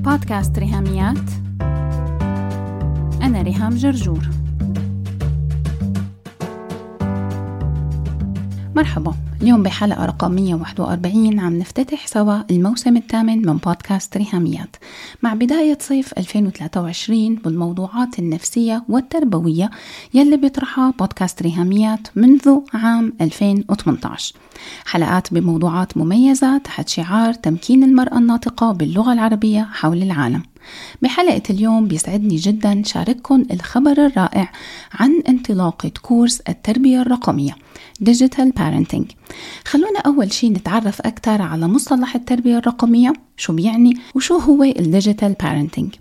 بودكاست ريهاميات. أنا ريهام جرجور. مرحبا، اليوم بحلقة رقم 141 عم نفتتح سوا الموسم الثامن من بودكاست ريهاميات مع بداية صيف 2023 بالموضوعات النفسية والتربوية يلي بيطرحها بودكاست ريهاميات منذ عام 2018. حلقات بموضوعات مميزة تحت شعار تمكين المرأة الناطقة باللغة العربية حول العالم. بحلقة اليوم بيسعدني جدا شارككم الخبر الرائع عن انطلاقة كورس التربية الرقمية Digital Parenting. خلونا أول شيء نتعرف أكثر على مصطلح التربية الرقمية، شو بيعني وشو هو الديجيتال بارنتينج.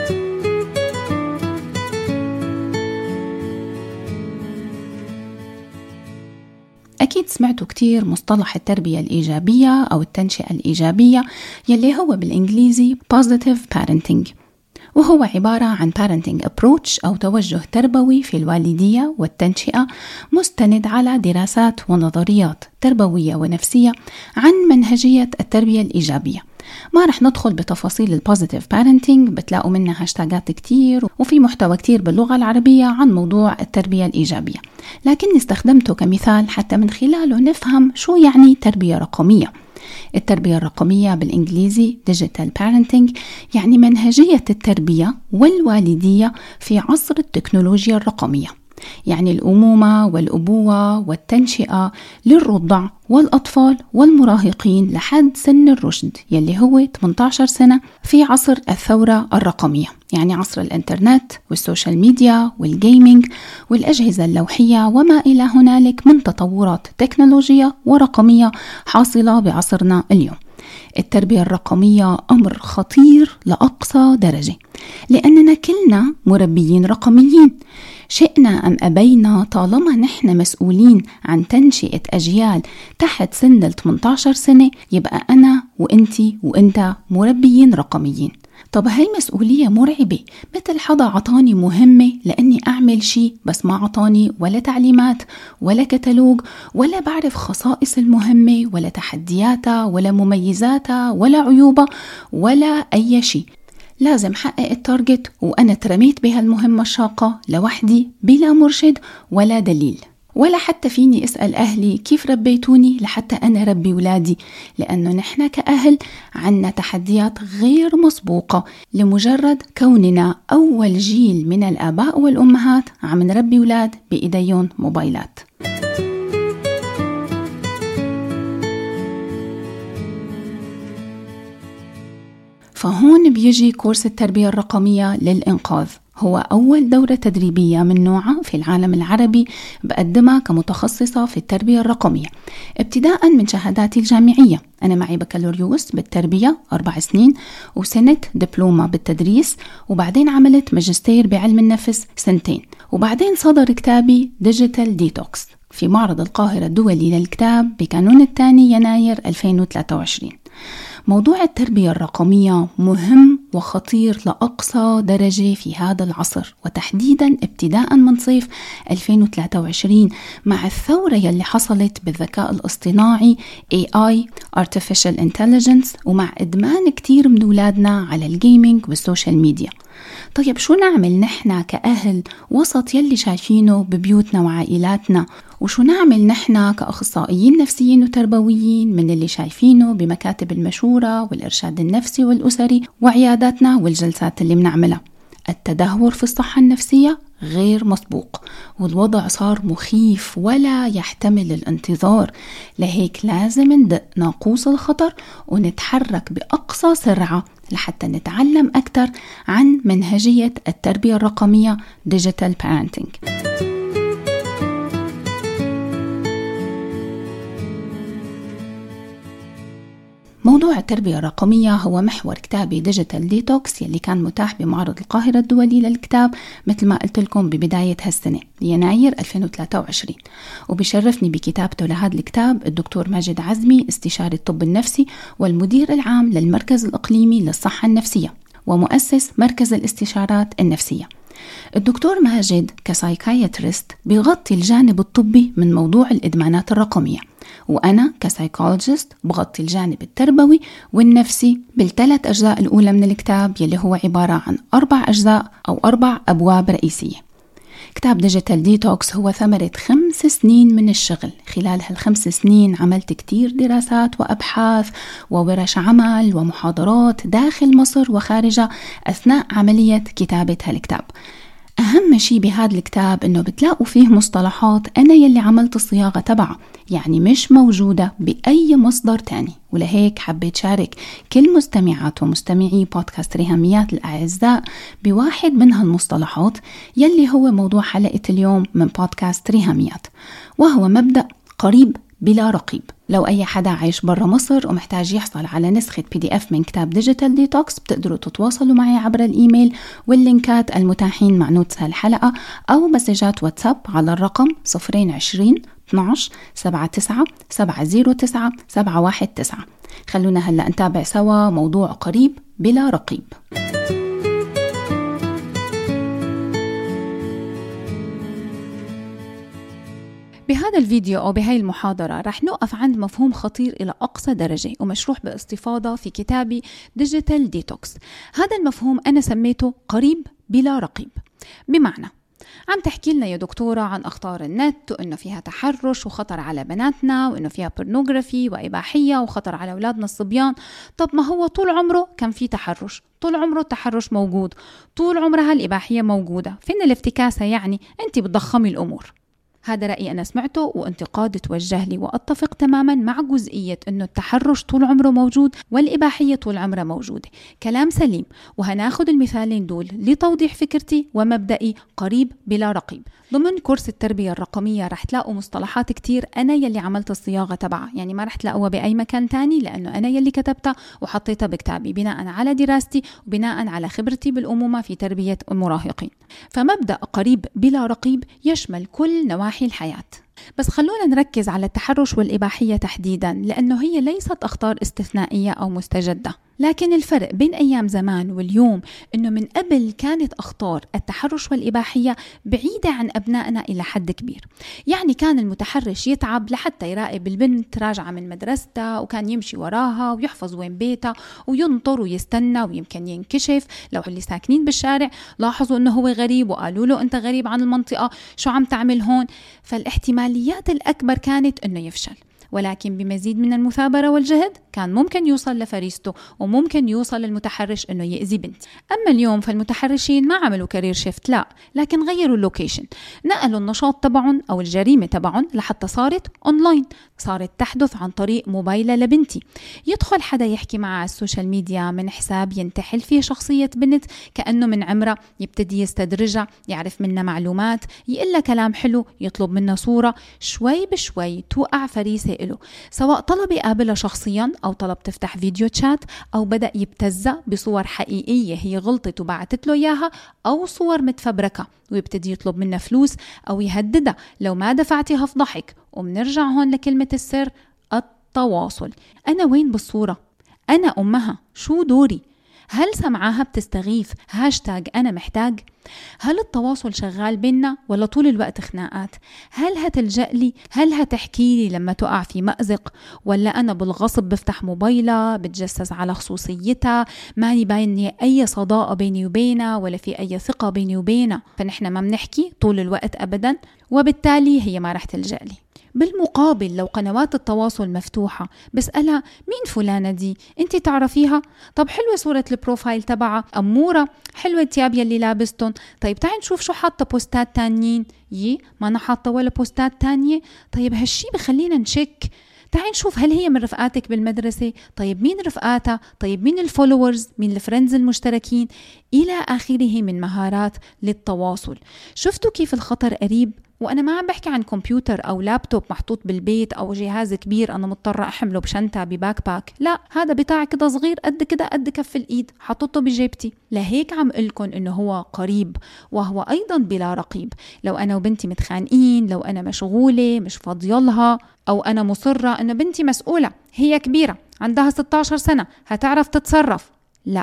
أكيد سمعتوا كتير مصطلح التربية الإيجابية أو التنشئة الإيجابية يلي هو بالإنجليزي Positive Parenting، وهو عبارة عن parenting approach أو توجه تربوي في الوالدية والتنشئة مستند على دراسات ونظريات تربوية ونفسية عن منهجية التربية الإيجابية. ما رح ندخل بتفاصيل البوزيتيف بارنتينج، بتلاقوا منها هاشتاجات كتير وفي محتوى كتير باللغة العربية عن موضوع التربية الإيجابية، لكن استخدمته كمثال حتى من خلاله نفهم شو يعني تربية رقمية. التربية الرقمية بالإنجليزي Digital Parenting يعني منهجية التربية والوالدية في عصر التكنولوجيا الرقمية، يعني الأمومة والأبوة والتنشئة للرضع والأطفال والمراهقين لحد سن الرشد يلي هو 18 سنة في عصر الثورة الرقمية، يعني عصر الإنترنت والسوشيال ميديا والجيمينج والأجهزة اللوحية وما إلى هنالك من تطورات تكنولوجية ورقمية حاصلة بعصرنا اليوم. التربية الرقمية أمر خطير لأقصى درجة، لأننا كلنا مربيين رقميين شئنا أم أبينا. طالما نحن مسؤولين عن تنشئة أجيال تحت سن 18 سنة، يبقى أنا وإنتي وإنت مربيين رقميين. طب هاي مسؤولية مرعبة، مثل حدا عطاني مهمة لأني أعمل شيء بس ما عطاني ولا تعليمات ولا كتالوج ولا بعرف خصائص المهمة ولا تحدياتها ولا مميزاتها ولا عيوبها ولا أي شيء. لازم حقق التارجت وأنا ترميت بها المهمة الشاقة لوحدي بلا مرشد ولا دليل، ولا حتى فيني أسأل أهلي كيف ربيتوني لحتى أنا ربي ولادي، لأنه نحن كأهل عنا تحديات غير مسبوقة لمجرد كوننا أول جيل من الآباء والأمهات عم نربي ولاد بإيديون موبايلات. فهون بيجي كورس التربية الرقمية للإنقاذ. هو أول دورة تدريبية من نوعها في العالم العربي بقدمها كمتخصصة في التربية الرقمية، ابتداء من شهاداتي الجامعية. أنا معي بكالوريوس بالتربية 4 سنين وسنة دبلومة بالتدريس، وبعدين عملت ماجستير بعلم النفس 2 سنين، وبعدين صدر كتابي ديجيتال ديتوكس في معرض القاهرة الدولي للكتاب بكانون 2 يناير 2023. موضوع التربية الرقمية مهم وخطير لأقصى درجة في هذا العصر، وتحديدا ابتداء من صيف 2023 مع الثورة يلي حصلت بالذكاء الاصطناعي AI Artificial Intelligence، ومع إدمان كتير من أولادنا على الجيمينج والسوشيال ميديا. طيب شو نعمل نحن كأهل وسط يلي شايفينه ببيوتنا وعائلاتنا؟ وشو نعمل نحن كأخصائيين نفسيين وتربويين من اللي شايفينه بمكاتب المشورة والإرشاد النفسي والأسري وعياداتنا والجلسات اللي بنعملها؟ التدهور في الصحة النفسية غير مسبوق، والوضع صار مخيف ولا يحتمل الانتظار. لهيك لازم ندق ناقوس الخطر ونتحرك بأقصى سرعة لحتى نتعلم أكثر عن منهجية التربية الرقمية Digital Parenting. موضوع التربية الرقمية هو محور كتابي ديجيتال ديتوكس يلي كان متاح بمعرض القاهرة الدولي للكتاب مثل ما قلت لكم ببداية هالسنة يناير 2023. وبشرفني بكتابته لهذا الكتاب الدكتور ماجد عزمي، استشاري الطب النفسي والمدير العام للمركز الإقليمي للصحة النفسية ومؤسس مركز الاستشارات النفسية. الدكتور ماجد كسايكايتريست بيغطي الجانب الطبي من موضوع الإدمانات الرقمية، وأنا كسايكولوجيست بغطي الجانب التربوي والنفسي بالثلاث أجزاء الأولى من الكتاب يلي هو عبارة عن 4 أجزاء أو 4 أبواب رئيسية. كتاب ديجيتال ديتوكس هو ثمرة 5 سنين من الشغل. خلال هال5 سنين عملت كتير دراسات وأبحاث وورش عمل ومحاضرات داخل مصر وخارجها أثناء عملية كتابة هالكتاب. أهم شيء بهذا الكتاب إنه بتلاقوا فيه مصطلحات أنا يلي عملت الصياغة تبعها، يعني مش موجودة بأي مصدر تاني. ولهيك حبيت شارك كل مستمعات ومستمعي بودكاست ريهاميات الأعزاء بواحد من هالمصطلحات يلي هو موضوع حلقة اليوم من بودكاست ريهاميات، وهو مبدأ قريب بلا رقيب. لو أي حدا عايش برا مصر ومحتاج يحصل على نسخة PDF من كتاب ديجيتال ديتوكس بتقدروا تتواصلوا معي عبر الإيميل واللينكات المتاحين مع نوتس هالحلقة أو مسجات واتساب على الرقم 020 12 79 709 719. خلونا هلأ نتابع سوا موضوع قريب بلا رقيب. بهذا الفيديو أو بهاي المحاضرة رح نوقف عند مفهوم خطير إلى أقصى درجة ومشروح باستفاضة في كتابي ديجيتال ديتوكس. هذا المفهوم أنا سميته قريب بلا رقيب، بمعنى عم تحكي لنا يا دكتورة عن أخطار النت وإنه فيها تحرش وخطر على بناتنا وإنه فيها بورنوغرافي وإباحية وخطر على أولادنا الصبيان. طب ما هو طول عمره كان في تحرش، طول عمره التحرش موجود، طول عمرها الإباحية موجودة، فين الافتكاسة؟ يعني أنت بتضخمي الأمور. هذا رأيي أنا سمعته وانتقاد توجه لي، وأتفق تماما مع جزئية أنه التحرش طول عمره موجود والإباحية طول عمره موجودة. كلام سليم، وهناخد المثالين دول لتوضيح فكرتي ومبدئي قريب بلا رقيب. ضمن كورس التربية الرقمية رح تلاقوا مصطلحات كتير أنا يلي عملت الصياغة تبعها، يعني ما رح تلاقوها بأي مكان تاني لأنه أنا يلي كتبتها وحطيتها بكتابي بناء على دراستي وبناء على خبرتي بالأمومة في تربية المراهقين. فمبدأ قريب بلا رقيب يشمل كل نواحي الحياة. بس خلونا نركز على التحرش والإباحية تحديدا، لأنه هي ليست أخطار استثنائية أو مستجدة، لكن الفرق بين أيام زمان واليوم إنه من قبل كانت أخطار التحرش والإباحية بعيدة عن أبنائنا إلى حد كبير. يعني كان المتحرش يتعب لحتى يراقب البنت راجعة من مدرستها، وكان يمشي وراها ويحفظ وين بيتها وينطر ويستنى ويمكن ينكشف. لو اللي ساكنين بالشارع لاحظوا إنه هو غريب وقالوا له أنت غريب عن المنطقة، شو عم تعمل هون؟ فالاحتماليات الأكبر كانت إنه يفشل، ولكن بمزيد من المثابرة والجهد كان ممكن يوصل لفريسته وممكن يوصل المتحرش أنه يأذي بنت. أما اليوم فالمتحرشين ما عملوا كارير شيفت، لا، لكن غيروا اللوكيشن، نقلوا النشاط تبعهم أو الجريمة تبعهم لحتى صارت أونلاين، صارت تحدث عن طريق موبايلة لبنتي. يدخل حدا يحكي معها على السوشيال ميديا من حساب ينتحل فيه شخصية بنت كأنه من عمرها، يبتدي يستدرجها، يعرف منها معلومات، يقلها كلام حلو، يطلب منها صورة، شوي بشوي توقع فريسة له، سواء طلب يقابلها شخصيا أو طلب تفتح فيديو تشات أو بدأ يبتزها بصور حقيقية هي غلطت وبعتت له إياها أو صور متفبركة، ويبتدي يطلب منها فلوس أو يهددها لو ما دفعتي هفضحك. ومنرجع هون لكلمة السر، التواصل. أنا وين بالصورة؟ أنا أمها، شو دوري؟ هل سمعاها بتستغيث هاشتاج أنا محتاج؟ هل التواصل شغال بينا ولا طول الوقت خناقات؟ هل هتلجأ لي؟ هل هتحكي لي لما تقع في مأزق؟ ولا أنا بالغصب بفتح موبايلها، بتجسس على خصوصيتها، ماني باين أي صداقة بيني وبينها ولا في أي ثقة بيني وبينها، فنحن ما بنحكي طول الوقت أبدا، وبالتالي هي ما رح تلجأ لي. بالمقابل لو قنوات التواصل مفتوحة، بسألها مين فلانة دي؟ انت تعرفيها؟ طب حلوة صورة البروفايل تبعها، أمورة، حلوة تياب يلي لابستون، طيب تعي نشوف شو حاطة بوستات تانيين، ما أنا حاطة ولا بوستات تانية، طيب هالشي بخلينا نشك، تعي نشوف هل هي من رفقاتك بالمدرسة، طيب مين رفقاتها، طيب مين الفولورز، مين الفريندز المشتركين، إلى آخره من مهارات للتواصل. شفتوا كيف الخطر قريب؟ وأنا ما عم بحكي عن كمبيوتر أو لابتوب محطوط بالبيت أو جهاز كبير أنا مضطرة أحمله بشنطة بباك باك، لا، هذا بتاع كده صغير قد كده قد كف الإيد حطوته بجيبتي. لهيك عم قلكن إنه هو قريب وهو أيضا بلا رقيب. لو أنا وبنتي متخانقين، لو أنا مشغولة مش فاضيالها، أو أنا مصرة إنه بنتي مسؤولة، هي كبيرة عندها 16 سنة هتعرف تتصرف، لا،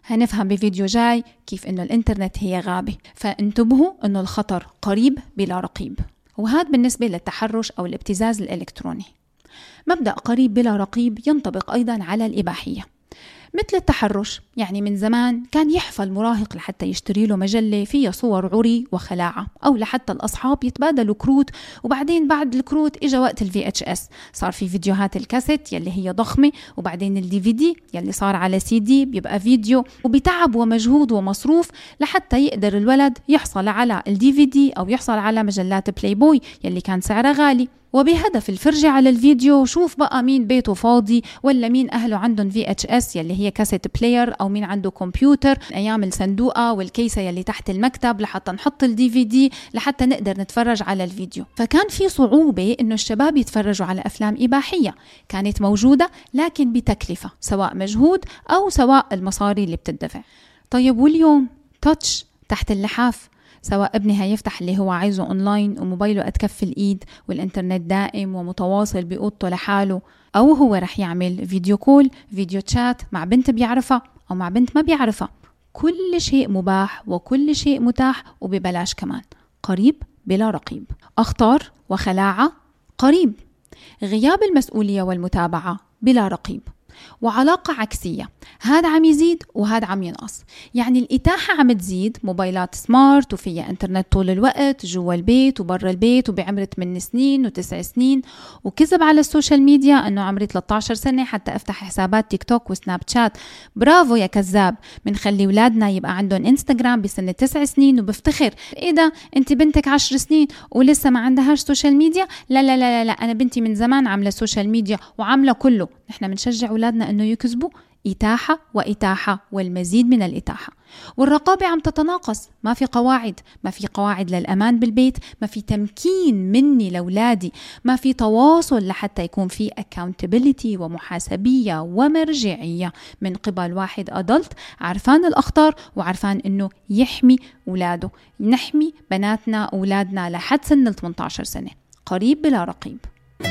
هنفهم بفيديو جاي كيف إنه الإنترنت هي غابة، فانتبهوا إنه الخطر قريب بلا رقيب. وهذا بالنسبة للتحرش أو الابتزاز الإلكتروني. مبدأ قريب بلا رقيب ينطبق أيضا على الإباحية، مثل التحرش. يعني من زمان كان يحفى المراهق لحتى يشتري له مجلة فيها صور عري وخلاعة، أو لحتى الأصحاب يتبادلوا كروت، وبعدين بعد الكروت إجا وقت VHS، صار في فيديوهات الكاسيت يلي هي ضخمة، وبعدين DVD يلي صار على CD بيبقى فيديو، وبتعب ومجهود ومصروف لحتى يقدر الولد يحصل على DVD أو يحصل على مجلات بلاي بوي يلي كان سعرها غالي، وبهدف الفرجة على الفيديو شوف بقى مين بيته فاضي ولا مين أهله عندهم VHS يلي هي كاسيت بلاير، أو مين عنده كمبيوتر أيام الصندوقة والكيسة يلي تحت المكتب لحتى نحط DVD لحتى نقدر نتفرج على الفيديو. فكان في صعوبة إنه الشباب يتفرجوا على أفلام إباحية، كانت موجودة لكن بتكلفة، سواء مجهود أو سواء المصاري اللي بتدفع. طيب واليوم تاتش تحت اللحاف، سواء ابني هيفتح اللي هو عايزه أونلاين وموبايله قد كف الإيد والإنترنت دائم ومتواصل بأوضته لحاله، أو هو رح يعمل فيديو كول، فيديو تشات مع بنت بيعرفها أو مع بنت ما بيعرفها. كل شيء مباح وكل شيء متاح وببلاش كمان. قريب بلا رقيب. أخطار وخلاعة قريب. غياب المسؤولية والمتابعة بلا رقيب. وعلاقة عكسية، هذا عم يزيد وهذا عم ينقص. يعني الإتاحة عم تزيد، موبايلات سمارت وفيها انترنت طول الوقت جوا البيت وبرا البيت وبعمر 8 سنين و9 سنين، وكذب على السوشيال ميديا أنه عمري 13 سنة حتى أفتح حسابات تيك توك وسناب شات. برافو يا كذاب، منخلي ولادنا يبقى عندهم انستغرام بسنة 9 سنين وبفتخر إيه ده أنت بنتك 10 سنين ولسه ما عندهاش سوشيال ميديا؟ لا لا لا لا، أنا بنتي من زمان عاملة سوشيال ميديا وعاملة كله. نحن منشجع أولادنا أنه يكذبوا. إتاحة وإتاحة والمزيد من الإتاحة. والرقابة عم تتناقص، ما في قواعد، ما في قواعد للأمان بالبيت، ما في تمكين مني لأولادي، ما في تواصل لحتى يكون في accountability ومحاسبية ومرجعية من قبل واحد أدلت عرفان الأخطار وعرفان أنه يحمي أولاده. نحمي بناتنا أولادنا لحد سن 18 سنة. قريب بلا رقيب.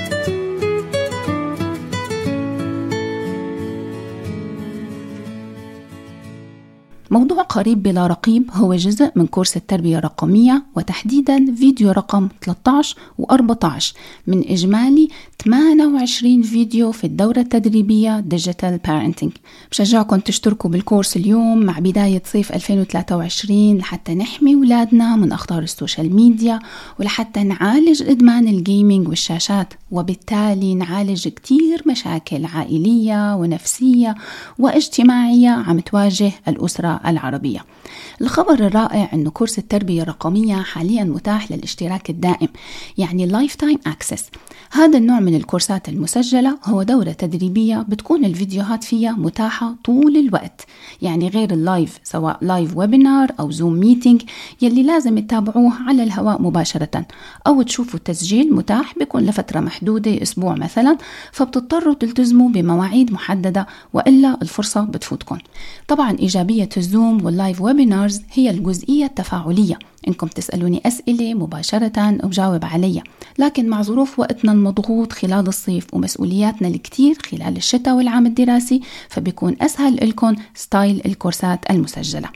موضوع قريب بلا رقيب هو جزء من كورس التربية الرقمية، وتحديدا فيديو رقم 13 و14 من إجمالي 28 فيديو في الدورة التدريبية ديجيتال بارنتينج. بشجعكم تشتركوا بالكورس اليوم مع بداية صيف 2023 لحتى نحمي أولادنا من أخطار السوشيال ميديا، ولحتى نعالج إدمان الجيمينج والشاشات، وبالتالي نعالج كتير مشاكل عائلية ونفسية واجتماعية عم تواجه الأسرة العربية. الخبر الرائع أنه كورس التربية الرقمية حاليا متاح للاشتراك الدائم، يعني Lifetime Access. هذا النوع من الكورسات المسجلة هو دورة تدريبية بتكون الفيديوهات فيها متاحة طول الوقت، يعني غير اللايف، سواء لايف ويبينار أو زوم ميتينج يلي لازم تتابعوه على الهواء مباشرة، أو تشوفوا التسجيل متاح بيكون لفترة محدودة أسبوع مثلا، فبتضطروا تلتزموا بمواعيد محددة وإلا الفرصة بتفوتكم. طبعا إيجابية الزوم واللايف ويبينارز هي الجزئية التفاعلية، إنكم تسألوني أسئلة مباشرة وبجاوب عليها، لكن مع ظروف وقتنا المضغوط خلال الصيف ومسؤولياتنا الكتير خلال الشتاء والعام الدراسي، فبيكون أسهل لكم ستايل الكورسات المسجلة.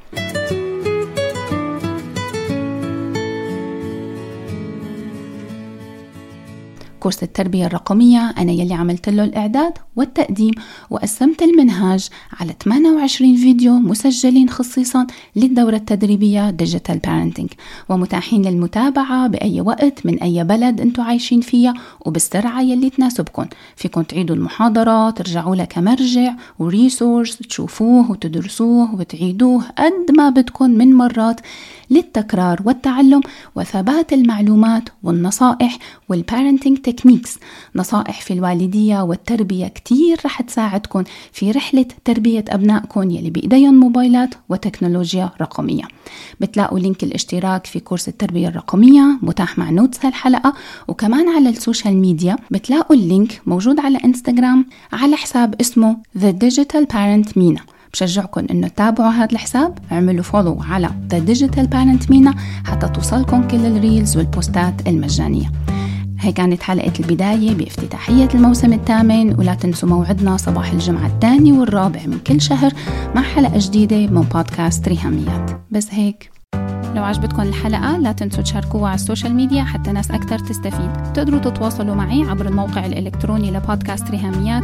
كورس التربية الرقمية أنا يلي عملت له الإعداد والتقديم، وقسمت المنهاج على 28 فيديو مسجلين خصيصا للدورة التدريبية ديجيتال بارنتينج، ومتاحين للمتابعة بأي وقت من أي بلد أنتوا عايشين فيها وبالسرعة يلي تناسبكم. فيكم تعيدوا المحاضرة، ترجعوا لها كمرجع وريسورس، تشوفوه وتدرسوه وتعيدوه قد ما بدكم من مرات للتكرار والتعلم وثبات المعلومات والنصائح والبارنتينج تكنيكس. نصائح في الوالدية والتربية كتير رح تساعدكم في رحلة تربية أبنائكم يلي بإيديهم موبايلات وتكنولوجيا رقمية. بتلاقوا لينك الاشتراك في كورس التربية الرقمية متاح مع نوتس هالحلقة، وكمان على السوشيال ميديا بتلاقوا اللينك موجود على انستغرام على حساب اسمه The Digital Parent مينا. بشجعكم انه تتابعوا هذا الحساب، اعملوا فولو على The Digital Parent مينا حتى توصلكم كل الريلز والبوستات المجانية. هي كانت حلقة البداية بافتتاحية الموسم الثامن، ولا تنسوا موعدنا صباح الجمعة الثاني والرابع من كل شهر مع حلقة جديدة من بودكاست ريهاميات. بس هيك، لو عجبتكم الحلقة لا تنسوا تشاركوها على السوشيال ميديا حتى ناس أكتر تستفيد. تقدروا تتواصلوا معي عبر الموقع الإلكتروني لبودكاست ريهاميات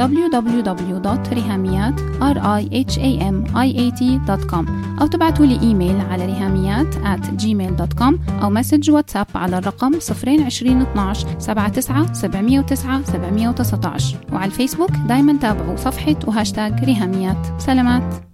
www.rihamiat.com أو تبعتوا لي إيميل على rihamiyat@gmail.com أو مسج واتساب على الرقم 020 12 79 709 719. وعلى الفيسبوك دايما تابعوا صفحة وهاشتاج ريهاميات. سلامات.